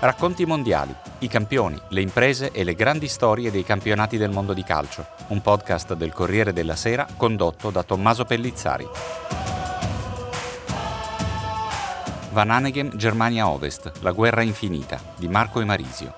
Racconti mondiali, i campioni, le imprese e le grandi storie dei campionati del mondo di calcio. Un podcast del Corriere della Sera condotto da Tommaso Pellizzari. Van Hanegem, Germania Ovest, la guerra infinita, di Marco Emarisio.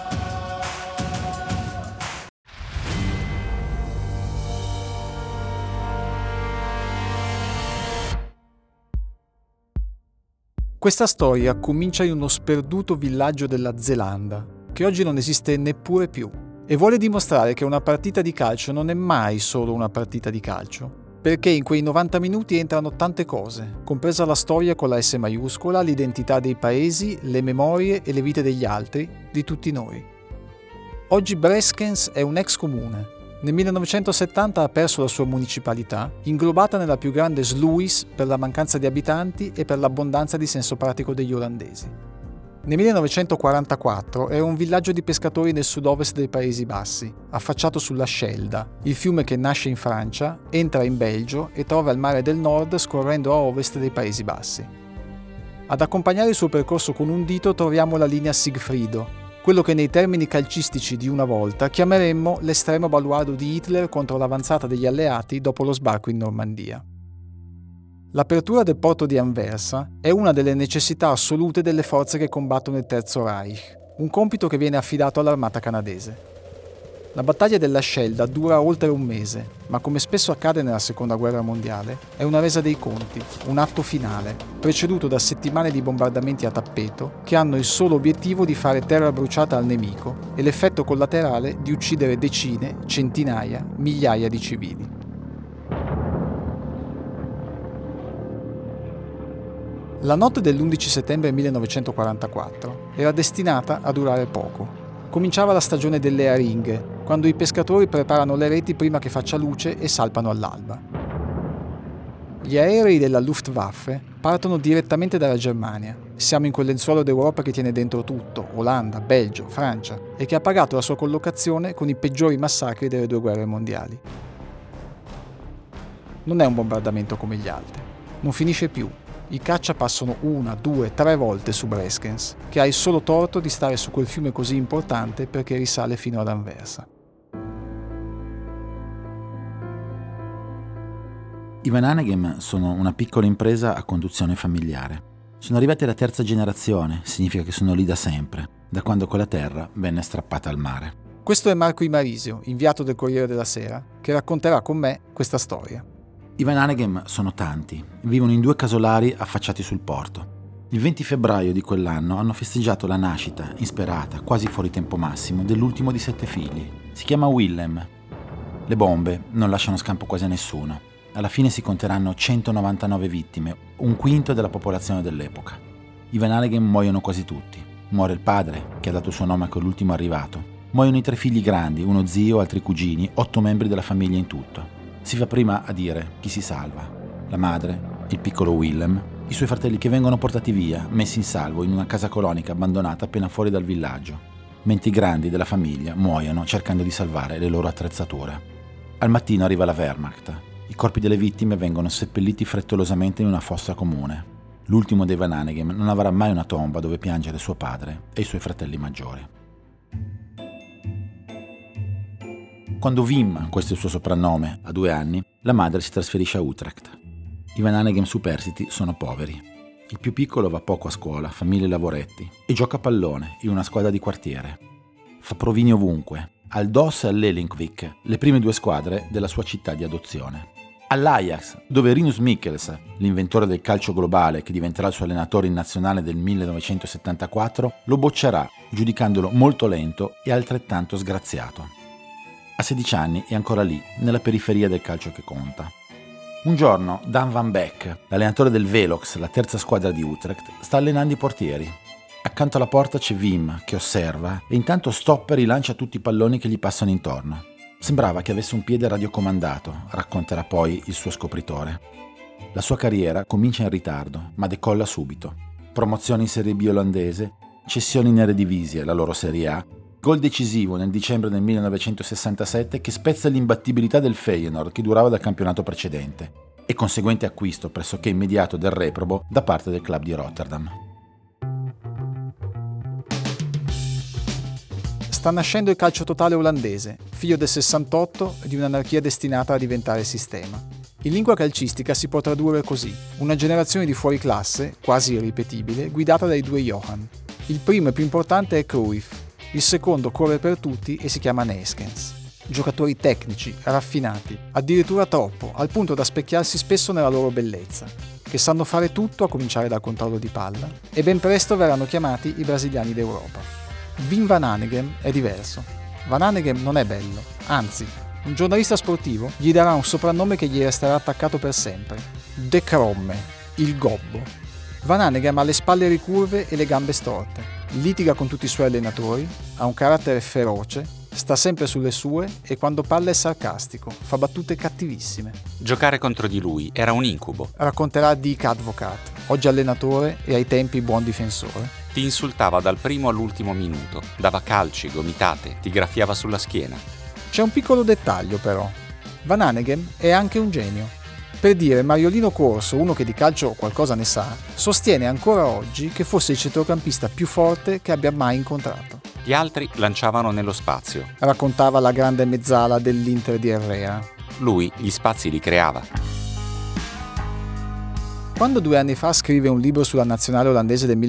Questa storia comincia in uno sperduto villaggio della Zelanda, che oggi non esiste neppure più, e vuole dimostrare che una partita di calcio non è mai solo una partita di calcio, perché in quei 90 minuti entrano tante cose, compresa la storia con la S maiuscola, l'identità dei paesi, le memorie e le vite degli altri, di tutti noi. Oggi Breskens è un ex comune. Nel 1970 ha perso la sua municipalità, inglobata nella più grande Sluis per la mancanza di abitanti e per l'abbondanza di senso pratico degli olandesi. Nel 1944 era un villaggio di pescatori nel sud-ovest dei Paesi Bassi, affacciato sulla Schelda, il fiume che nasce in Francia, entra in Belgio e trova il mare del nord scorrendo a ovest dei Paesi Bassi. Ad accompagnare il suo percorso con un dito troviamo la linea Sigfrido, quello che nei termini calcistici di una volta chiameremmo l'estremo baluardo di Hitler contro l'avanzata degli alleati dopo lo sbarco in Normandia. L'apertura del porto di Anversa è una delle necessità assolute delle forze che combattono il Terzo Reich, un compito che viene affidato all'armata canadese. La battaglia della Schelda dura oltre un mese, ma come spesso accade nella Seconda Guerra Mondiale, è una resa dei conti, un atto finale, preceduto da settimane di bombardamenti a tappeto che hanno il solo obiettivo di fare terra bruciata al nemico e l'effetto collaterale di uccidere decine, centinaia, migliaia di civili. La notte dell'11 settembre 1944 era destinata a durare poco. Cominciava la stagione delle aringhe, quando i pescatori preparano le reti prima che faccia luce e salpano all'alba. Gli aerei della Luftwaffe partono direttamente dalla Germania. Siamo in quel lenzuolo d'Europa che tiene dentro tutto, Olanda, Belgio, Francia, e che ha pagato la sua collocazione con i peggiori massacri delle due guerre mondiali. Non è un bombardamento come gli altri. Non finisce più. I caccia passano 1, 2, 3 volte su Breskens, che ha il solo torto di stare su quel fiume così importante perché risale fino ad Anversa. I Van Hanegem sono una piccola impresa a conduzione familiare. Sono arrivati alla terza generazione, significa che sono lì da sempre, da quando quella terra venne strappata al mare. Questo è Marco Emarisio, inviato del Corriere della Sera, che racconterà con me questa storia. I Van Hanegem sono tanti, vivono in 2 casolari affacciati sul porto. Il 20 febbraio di quell'anno hanno festeggiato la nascita, insperata, quasi fuori tempo massimo, dell'ultimo di 7 figli. Si chiama Willem. Le bombe non lasciano scampo quasi a nessuno. Alla fine si conteranno 199 vittime, un quinto della popolazione dell'epoca. I Van Hanegem muoiono quasi tutti. Muore il padre, che ha dato il suo nome a quell'ultimo arrivato. Muoiono i 3 figli grandi, uno zio, altri cugini, 8 membri della famiglia in tutto. Si fa prima a dire chi si salva. La madre, il piccolo Willem, i suoi fratelli che vengono portati via, messi in salvo in una casa colonica abbandonata appena fuori dal villaggio, mentre i grandi della famiglia muoiono cercando di salvare le loro attrezzature. Al mattino arriva la Wehrmacht. I corpi delle vittime vengono seppelliti frettolosamente in una fossa comune. L'ultimo dei Van Hanegem non avrà mai una tomba dove piangere suo padre e i suoi fratelli maggiori. Quando Wim, questo è il suo soprannome, ha 2 anni, la madre si trasferisce a Utrecht. I Van Hanegem superstiti sono poveri. Il più piccolo va poco a scuola, fa 1000 lavoretti e gioca a pallone in una squadra di quartiere. Fa provini ovunque, al DOS e all'Elinkvik, le prime 2 squadre della sua città di adozione. All'Ajax, dove Rinus Michels, l'inventore del calcio globale che diventerà il suo allenatore in nazionale del 1974, lo boccerà, giudicandolo molto lento e altrettanto sgraziato. A 16 anni è ancora lì, nella periferia del calcio che conta. Un giorno Dan Van Beek, l'allenatore del Velox, la terza squadra di Utrecht, sta allenando i portieri. Accanto alla porta c'è Wim, che osserva, e intanto Stopper rilancia tutti i palloni che gli passano intorno. Sembrava che avesse un piede radiocomandato, racconterà poi il suo scopritore. La sua carriera comincia in ritardo, ma decolla subito. Promozione in Serie B olandese, cessioni in Eredivisie, la loro Serie A, gol decisivo nel dicembre del 1967 che spezza l'imbattibilità del Feyenoord che durava dal campionato precedente e conseguente acquisto pressoché immediato del reprobo da parte del club di Rotterdam. sta nascendo il calcio totale olandese, figlio del 68 e di un'anarchia destinata a diventare sistema. In lingua calcistica si può tradurre così: una generazione di fuoriclasse, quasi irripetibile, guidata dai due Johan. Il primo e più importante è Cruyff, il secondo corre per tutti e si chiama Neeskens. Giocatori tecnici, raffinati, addirittura troppo, al punto da specchiarsi spesso nella loro bellezza, che sanno fare tutto a cominciare dal controllo di palla, e ben presto verranno chiamati i brasiliani d'Europa. Wim van Hanegem è diverso. Van Hanegem non è bello, anzi, un giornalista sportivo gli darà un soprannome che gli resterà attaccato per sempre: De Kromme, il gobbo. Van Hanegem ha le spalle ricurve e le gambe storte, litiga con tutti i suoi allenatori, ha un carattere feroce, sta sempre sulle sue e quando parla è sarcastico, fa battute cattivissime. Giocare contro di lui era un incubo. Racconterà Dick Advocaat, oggi allenatore e ai tempi buon difensore. Ti insultava dal primo all'ultimo minuto, dava calci, gomitate, ti graffiava sulla schiena. C'è un piccolo dettaglio però. Van Hanegem è anche un genio. Per dire, Mariolino Corso, uno che di calcio qualcosa ne sa, sostiene ancora oggi che fosse il centrocampista più forte che abbia mai incontrato. Gli altri lanciavano nello spazio. Raccontava la grande mezzala dell'Inter di Herrera. Lui gli spazi li creava. Quando 2 anni fa scrive un libro sulla nazionale olandese del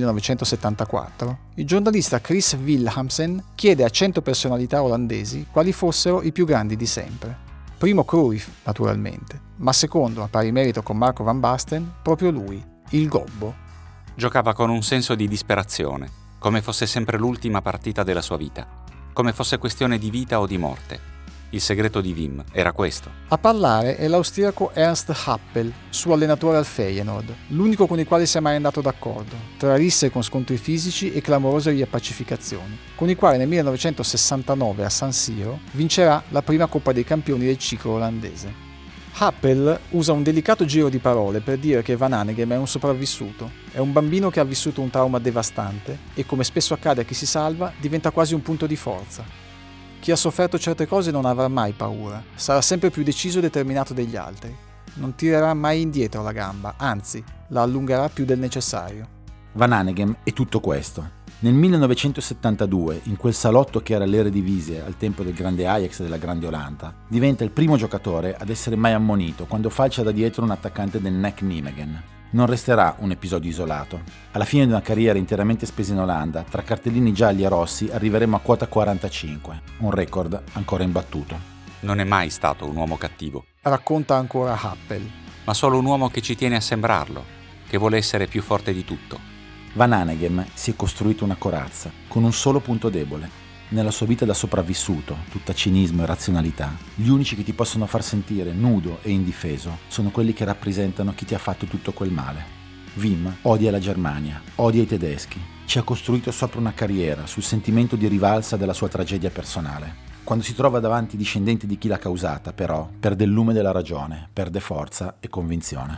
1974, il giornalista Chris Wilhamsen chiede a 100 personalità olandesi quali fossero i più grandi di sempre. Primo Cruyff, naturalmente, ma secondo, a pari merito con Marco van Basten, proprio lui, il gobbo. Giocava con un senso di disperazione, come fosse sempre l'ultima partita della sua vita, come fosse questione di vita o di morte. Il segreto di Wim era questo. A parlare è l'austriaco Ernst Happel, suo allenatore al Feyenoord, l'unico con il quale si è mai andato d'accordo, tra risse con scontri fisici e clamorose riappacificazioni, con il quale nel 1969 a San Siro vincerà la prima Coppa dei Campioni del ciclo olandese. Happel usa un delicato giro di parole per dire che Van Hanegem è un sopravvissuto, è un bambino che ha vissuto un trauma devastante e, come spesso accade a chi si salva, diventa quasi un punto di forza. Chi ha sofferto certe cose non avrà mai paura, sarà sempre più deciso e determinato degli altri. Non tirerà mai indietro la gamba, anzi, la allungherà più del necessario. Van Hanegem è tutto questo. Nel 1972, in quel salotto che era l'Eredivisie al tempo del grande Ajax e della grande Olanda, diventa il primo giocatore ad essere mai ammonito quando falcia da dietro un attaccante del NEC Nijmegen. Non resterà un episodio isolato. Alla fine di una carriera interamente spesa in Olanda, tra cartellini gialli e rossi arriveremo a quota 45, un record ancora imbattuto. Non è mai stato un uomo cattivo. Racconta ancora Happel. Ma solo un uomo che ci tiene a sembrarlo, che vuole essere più forte di tutto. Van Hanegem si è costruito una corazza, con un solo punto debole. Nella sua vita da sopravvissuto, tutta cinismo e razionalità, gli unici che ti possono far sentire nudo e indifeso sono quelli che rappresentano chi ti ha fatto tutto quel male. Wim odia la Germania, odia i tedeschi, ci ha costruito sopra una carriera sul sentimento di rivalsa della sua tragedia personale. Quando si trova davanti i discendenti di chi l'ha causata, però, perde il lume della ragione, perde forza e convinzione.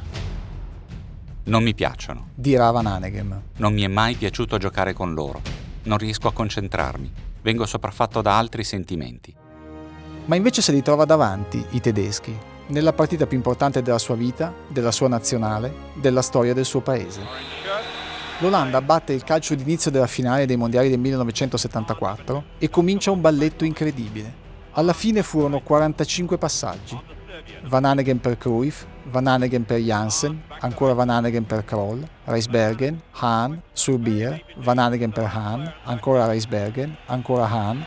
Non mi piacciono. Dirà Van Hanegem. Non mi è mai piaciuto giocare con loro. Non riesco a concentrarmi. Vengo sopraffatto da altri sentimenti. Ma invece se li trova davanti, i tedeschi, nella partita più importante della sua vita, della sua nazionale, della storia del suo paese. L'Olanda batte il calcio d'inizio della finale dei mondiali del 1974 e comincia un balletto incredibile. Alla fine furono 45 passaggi. Van Hanegem per Cruyff, Van Hanegem per Jansen, ancora Van Hanegem per Krol, Rijsbergen, Hahn, Surbier, Van Hanegem per Hahn, ancora Rijsbergen, ancora Hahn.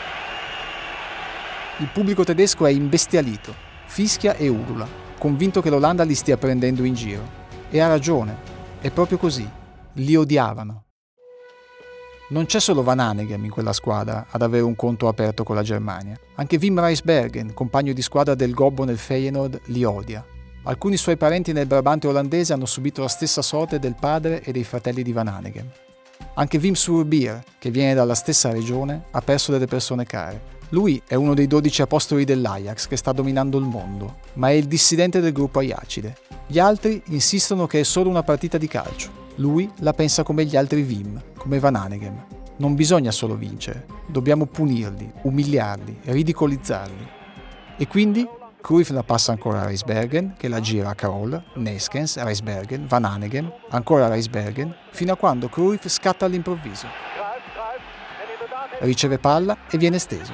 Il pubblico tedesco è imbestialito, fischia e urla, convinto che l'Olanda li stia prendendo in giro. E ha ragione, è proprio così, li odiavano. Non c'è solo Van Hanegem in quella squadra ad avere un conto aperto con la Germania. Anche Wim Rijsbergen, compagno di squadra del Gobbo nel Feyenoord, li odia. Alcuni suoi parenti nel Brabante olandese hanno subito la stessa sorte del padre e dei fratelli di Van Hanegem. Anche Wim Surbier, che viene dalla stessa regione, ha perso delle persone care. Lui è uno dei 12 apostoli dell'Ajax che sta dominando il mondo, ma è il dissidente del gruppo Ajaxide. Gli altri insistono che è solo una partita di calcio. Lui la pensa come gli altri Wim, come Van Hanegem. Non bisogna solo vincere, dobbiamo punirli, umiliarli, ridicolizzarli. E quindi Cruyff la passa ancora a Rijsbergen, che la gira a Krol, Neeskens, Rijsbergen, Van Hanegem, ancora a Rijsbergen, fino a quando Cruyff scatta all'improvviso. riceve palla e viene steso.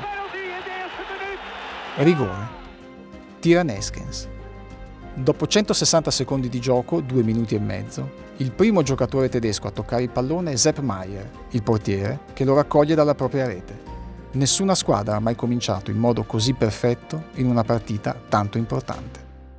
Rigore. Tira Neeskens. Dopo 160 secondi di gioco, 2 minuti e mezzo, il primo giocatore tedesco a toccare il pallone è Sepp Maier, il portiere, che lo raccoglie dalla propria rete. Nessuna squadra ha mai cominciato in modo così perfetto in una partita tanto importante.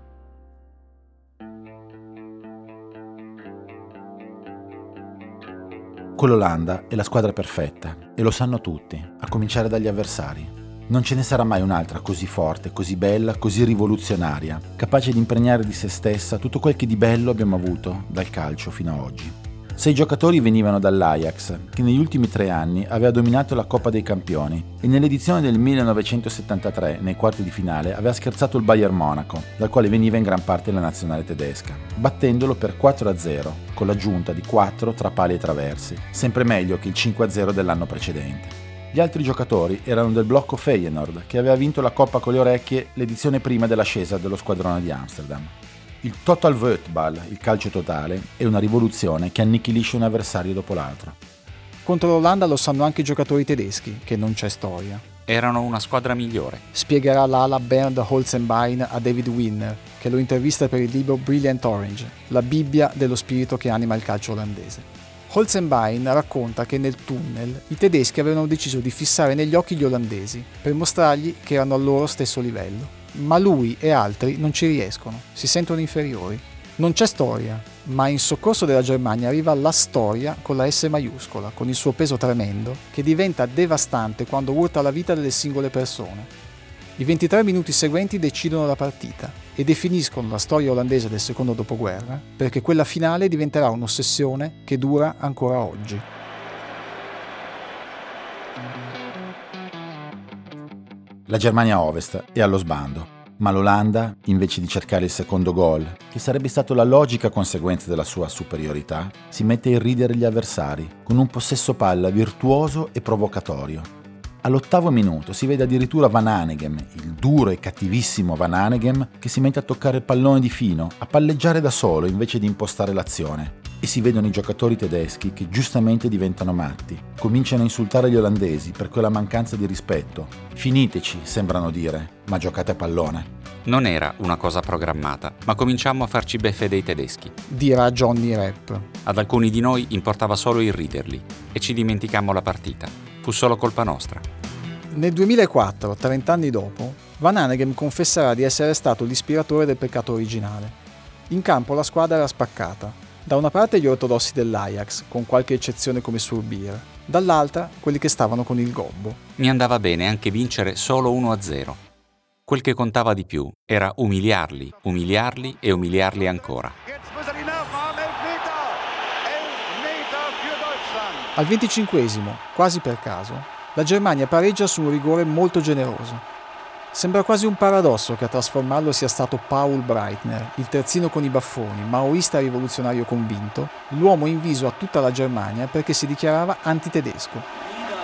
Quell'Olanda è la squadra perfetta e lo sanno tutti, a cominciare dagli avversari. Non ce ne sarà mai un'altra così forte, così bella, così rivoluzionaria, capace di impregnare di se stessa tutto quel che di bello abbiamo avuto dal calcio fino a oggi. 6 giocatori venivano dall'Ajax, che negli ultimi 3 anni aveva dominato la Coppa dei Campioni e nell'edizione del 1973, nei quarti di finale, aveva scherzato il Bayern Monaco, dal quale veniva in gran parte la nazionale tedesca, battendolo per 4-0, con l'aggiunta di 4 tra pali e traversi, sempre meglio che il 5-0 dell'anno precedente. Gli altri giocatori erano del blocco Feyenoord, che aveva vinto la Coppa con le orecchie l'edizione prima dell'ascesa dello squadrone di Amsterdam. Il Total Voetbal, il calcio totale, è una rivoluzione che annichilisce un avversario dopo l'altro. Contro l'Olanda lo sanno anche i giocatori tedeschi, che non c'è storia. Erano una squadra migliore. Spiegherà l'ala Bernd Holzenbein a David Winner, che lo intervista per il libro Brilliant Orange, la Bibbia dello spirito che anima il calcio olandese. Holzenbein racconta che nel tunnel i tedeschi avevano deciso di fissare negli occhi gli olandesi per mostrargli che erano al loro stesso livello. Ma lui e altri non ci riescono, si sentono inferiori. Non c'è storia, ma in soccorso della Germania arriva la storia con la S maiuscola, con il suo peso tremendo, che diventa devastante quando urta la vita delle singole persone. I 23 minuti seguenti decidono la partita e definiscono la storia olandese del secondo dopoguerra, perché quella finale diventerà un'ossessione che dura ancora oggi. La Germania Ovest è allo sbando, ma l'Olanda, invece di cercare il secondo gol, che sarebbe stato la logica conseguenza della sua superiorità, si mette a irridere gli avversari con un possesso palla virtuoso e provocatorio. All'8° minuto si vede addirittura Van Hanegem, il duro e cattivissimo Van Hanegem, che si mette a toccare il pallone di fino, a palleggiare da solo invece di impostare l'azione. E si vedono i giocatori tedeschi che giustamente diventano matti, cominciano a insultare gli olandesi per quella mancanza di rispetto. Finiteci, sembrano dire, ma giocate a pallone. Non era una cosa programmata, ma cominciammo a farci beffe dei tedeschi. Dirà Johnny Rapp. Ad alcuni di noi importava solo irriderli e ci dimenticammo la partita. Fu solo colpa nostra. Nel 2004, 30 anni dopo, Van Hanegem confesserà di essere stato l'ispiratore del peccato originale. In campo la squadra era spaccata. Da una parte gli ortodossi dell'Ajax, con qualche eccezione come Surbir, dall'altra quelli che stavano con il gobbo. Mi andava bene anche vincere solo 1-0. Quel che contava di più era umiliarli e umiliarli ancora. Al 25°, quasi per caso, la Germania pareggia su un rigore molto generoso. Sembra quasi un paradosso che a trasformarlo sia stato Paul Breitner, il terzino con i baffoni, maoista rivoluzionario convinto, l'uomo inviso a tutta la Germania perché si dichiarava antitedesco.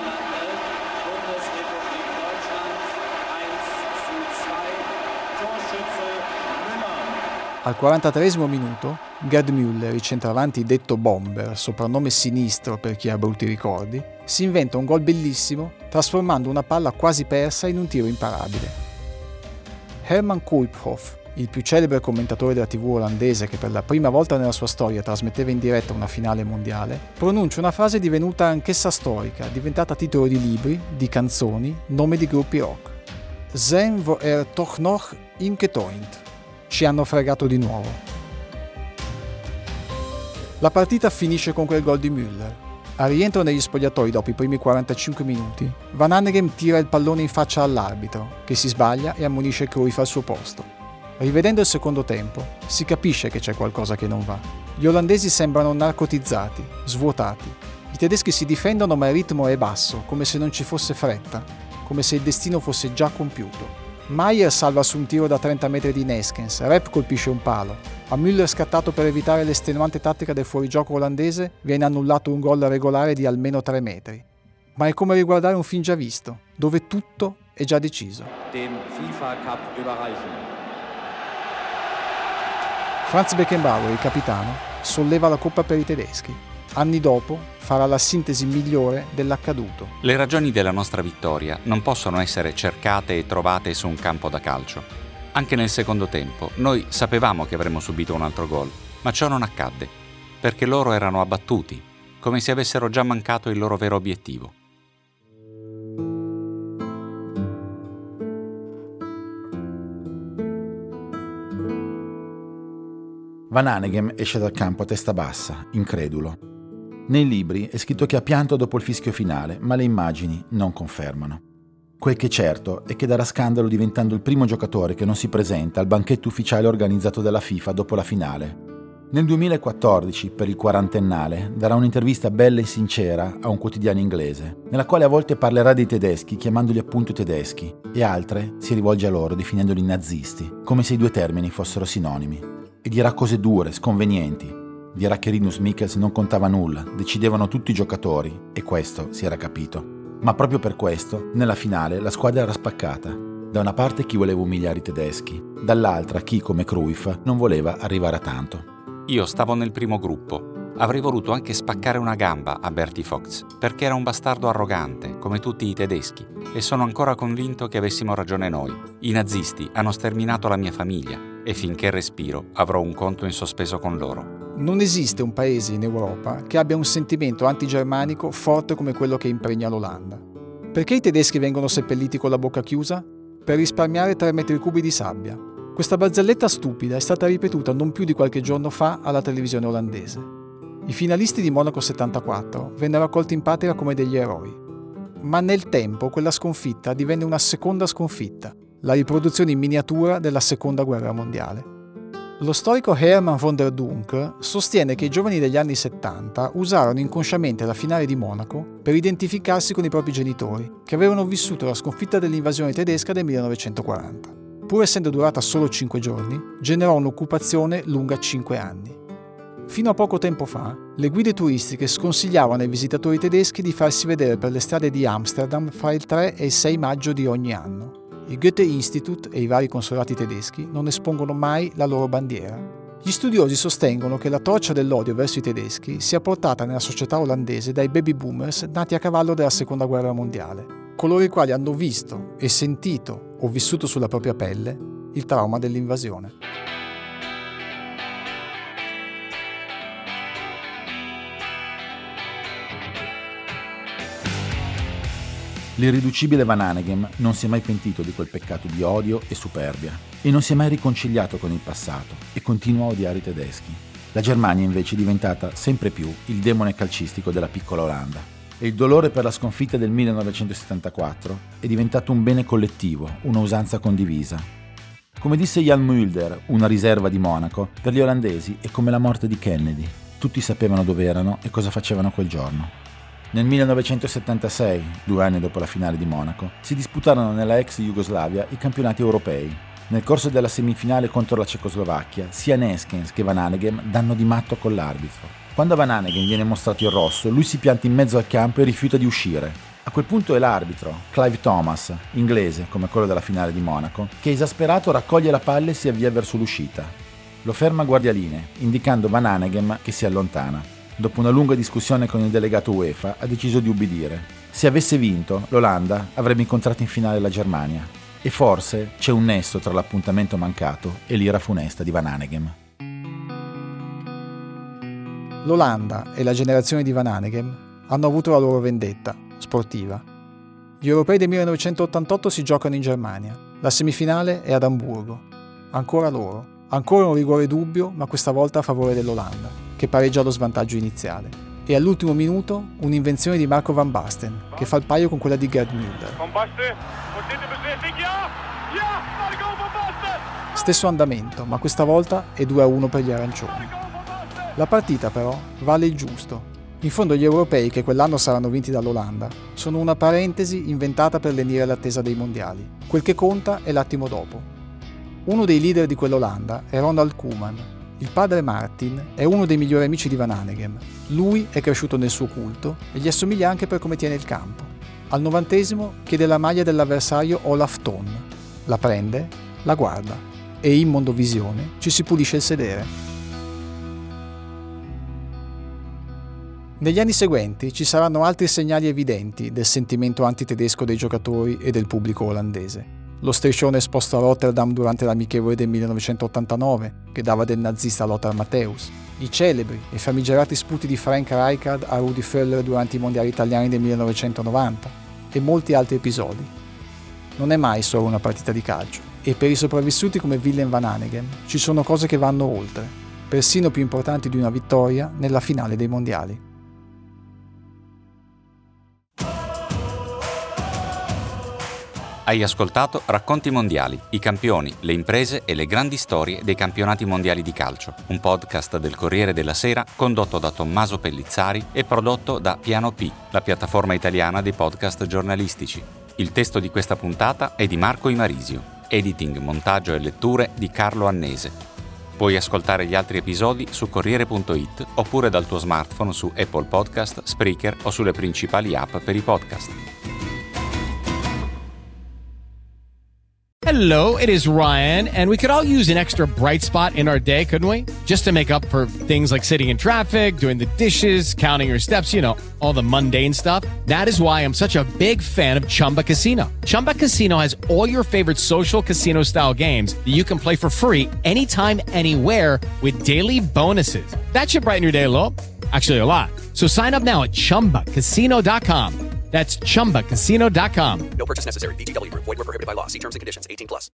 Al 43° minuto, Gerd Müller, il centravanti detto Bomber, soprannome sinistro per chi ha brutti ricordi, si inventa un gol bellissimo trasformando una palla quasi persa in un tiro imparabile. Herman Kuiphoff, il più celebre commentatore della TV olandese che per la prima volta nella sua storia trasmetteva in diretta una finale mondiale, pronuncia una frase divenuta anch'essa storica, diventata titolo di libri, di canzoni, nome di gruppi rock. Zijn we toch nog ingetoind. Ci hanno fregato di nuovo. La partita finisce con quel gol di Müller. Al rientro negli spogliatoi dopo i primi 45 minuti, Van Hanegem tira il pallone in faccia all'arbitro, che si sbaglia e ammonisce Cruyff al suo posto. Rivedendo il secondo tempo, si capisce che c'è qualcosa che non va. Gli olandesi sembrano narcotizzati, svuotati. I tedeschi si difendono ma il ritmo è basso, come se non ci fosse fretta, come se il destino fosse già compiuto. Maier salva su un tiro da 30 metri di Neeskens, Rapp colpisce un palo. A Müller scattato per evitare l'estenuante tattica del fuorigioco olandese viene annullato un gol regolare di almeno 3 metri. Ma è come riguardare un film già visto, dove tutto è già deciso. Franz Beckenbauer, il capitano, solleva la coppa per i tedeschi. anni dopo, farà la sintesi migliore dell'accaduto. Le ragioni della nostra vittoria non possono essere cercate e trovate su un campo da calcio. Anche nel secondo tempo, noi sapevamo che avremmo subito un altro gol, ma ciò non accadde, perché loro erano abbattuti, come se avessero già mancato il loro vero obiettivo. Van Hanegem esce dal campo a testa bassa, incredulo. Nei libri è scritto che ha pianto dopo il fischio finale, ma le immagini non confermano. Quel che è certo è che darà scandalo diventando il primo giocatore che non si presenta al banchetto ufficiale organizzato dalla FIFA dopo la finale. Nel 2014, per il quarantennale, darà un'intervista bella e sincera a un quotidiano inglese, nella quale a volte parlerà dei tedeschi chiamandoli appunto tedeschi, e altre si rivolge a loro definendoli nazisti, come se i due termini fossero sinonimi. E dirà cose dure, sconvenienti. Dirà che Rinus Michels non contava nulla, decidevano tutti i giocatori, e questo si era capito. Ma proprio per questo, nella finale, la squadra era spaccata. Da una parte chi voleva umiliare i tedeschi, dall'altra chi, come Cruyff, non voleva arrivare a tanto. Io stavo nel primo gruppo. Avrei voluto anche spaccare una gamba a Bertie Fox, perché era un bastardo arrogante, come tutti i tedeschi, e sono ancora convinto che avessimo ragione noi. I nazisti hanno sterminato la mia famiglia, e finché respiro avrò un conto in sospeso con loro. Non esiste un paese in Europa che abbia un sentimento antigermanico forte come quello che impregna l'Olanda. Perché i tedeschi vengono seppelliti con la bocca chiusa? Per risparmiare 3 metri cubi di sabbia. Questa barzelletta stupida è stata ripetuta non più di qualche giorno fa alla televisione olandese. I finalisti di Monaco 74 vennero accolti in patria come degli eroi. Ma nel tempo quella sconfitta divenne una seconda sconfitta, la riproduzione in miniatura della Seconda Guerra Mondiale. Lo storico Herman von der Dunk sostiene che i giovani degli anni 70 usarono inconsciamente la finale di Monaco per identificarsi con i propri genitori, che avevano vissuto la sconfitta dell'invasione tedesca del 1940. Pur essendo durata solo 5 giorni, generò un'occupazione lunga 5 anni. Fino a poco tempo fa, le guide turistiche sconsigliavano ai visitatori tedeschi di farsi vedere per le strade di Amsterdam fra il 3 e il 6 maggio di ogni anno. Il Goethe-Institut e i vari consolati tedeschi non espongono mai la loro bandiera. Gli studiosi sostengono che la torcia dell'odio verso i tedeschi sia portata nella società olandese dai baby boomers nati a cavallo della Seconda Guerra Mondiale, coloro i quali hanno visto e sentito o vissuto sulla propria pelle il trauma dell'invasione. L'irriducibile Van Hanegem non si è mai pentito di quel peccato di odio e superbia e non si è mai riconciliato con il passato e continua a odiare i tedeschi. La Germania invece è diventata sempre più il demone calcistico della piccola Olanda e il dolore per la sconfitta del 1974 è diventato un bene collettivo, una usanza condivisa. Come disse Jan Mulder, una riserva di Monaco, per gli olandesi è come la morte di Kennedy. Tutti sapevano dove erano e cosa facevano quel giorno. Nel 1976, 2 anni dopo la finale di Monaco, si disputarono nella ex Jugoslavia i campionati europei. Nel corso della semifinale contro la Cecoslovacchia, sia Neeskens che Van Hanegem danno di matto con l'arbitro. Quando a Van Hanegem viene mostrato il rosso, lui si pianta in mezzo al campo e rifiuta di uscire. A quel punto è l'arbitro, Clive Thomas, inglese come quello della finale di Monaco, che esasperato raccoglie la palla e si avvia verso l'uscita. Lo ferma a guardialine, indicando Van Hanegem che si allontana. Dopo una lunga discussione con il delegato UEFA, ha deciso di ubbidire. Se avesse vinto, l'Olanda avrebbe incontrato in finale la Germania. E forse c'è un nesso tra l'appuntamento mancato e l'ira funesta di Van Hanegem. L'Olanda e la generazione di Van Hanegem hanno avuto la loro vendetta sportiva. Gli europei del 1988 si giocano in Germania. La semifinale è ad Amburgo. Ancora loro. Ancora un rigore dubbio, ma questa volta a favore dell'Olanda, che pareggia lo svantaggio iniziale. E all'ultimo minuto un'invenzione di Marco Van Basten, che fa il paio con quella di Gerd Müller. Stesso andamento, ma questa volta è 2-1 per gli arancioni. La partita però vale il giusto. In fondo gli europei, che quell'anno saranno vinti dall'Olanda, sono una parentesi inventata per lenire l'attesa dei mondiali. Quel che conta è l'attimo dopo. Uno dei leader di quell'Olanda è Ronald Koeman. Il padre Martin è uno dei migliori amici di Van Hanegem. Lui è cresciuto nel suo culto e gli assomiglia anche per come tiene il campo. Al 90° chiede la maglia dell'avversario Olaf Thon. La prende, la guarda e in mondovisione ci si pulisce il sedere. Negli anni seguenti ci saranno altri segnali evidenti del sentimento antitedesco dei giocatori e del pubblico olandese. Lo striscione esposto a Rotterdam durante l'amichevole del 1989, che dava del nazista Lothar Matthäus, i celebri e famigerati sputi di Frank Rijkaard a Rudi Völler durante i mondiali italiani del 1990 e molti altri episodi. Non è mai solo una partita di calcio, e per i sopravvissuti come Willem van Hanegem ci sono cose che vanno oltre, persino più importanti di una vittoria nella finale dei mondiali. Hai ascoltato Racconti Mondiali, i campioni, le imprese e le grandi storie dei campionati mondiali di calcio, un podcast del Corriere della Sera condotto da Tommaso Pellizzari e prodotto da Piano P, la piattaforma italiana dei podcast giornalistici. Il testo di questa puntata è di Marco Imarisio, editing, montaggio e letture di Carlo Annese. Puoi ascoltare gli altri episodi su Corriere.it oppure dal tuo smartphone su Apple Podcast, Spreaker o sulle principali app per i podcast. Hello, it is Ryan, and we could all use an extra bright spot in our day, couldn't we? Just to make up for things like sitting in traffic, doing the dishes, counting your steps, all the mundane stuff. That is why I'm such a big fan of Chumba Casino. Chumba Casino has all your favorite social casino-style games that you can play for free anytime, anywhere with daily bonuses. That should brighten your day a little. Actually, a lot. So sign up now at ChumbaCasino.com. That's ChumbaCasino.com. No purchase necessary. VGW Group. Void where prohibited by law. See terms and conditions. 18+.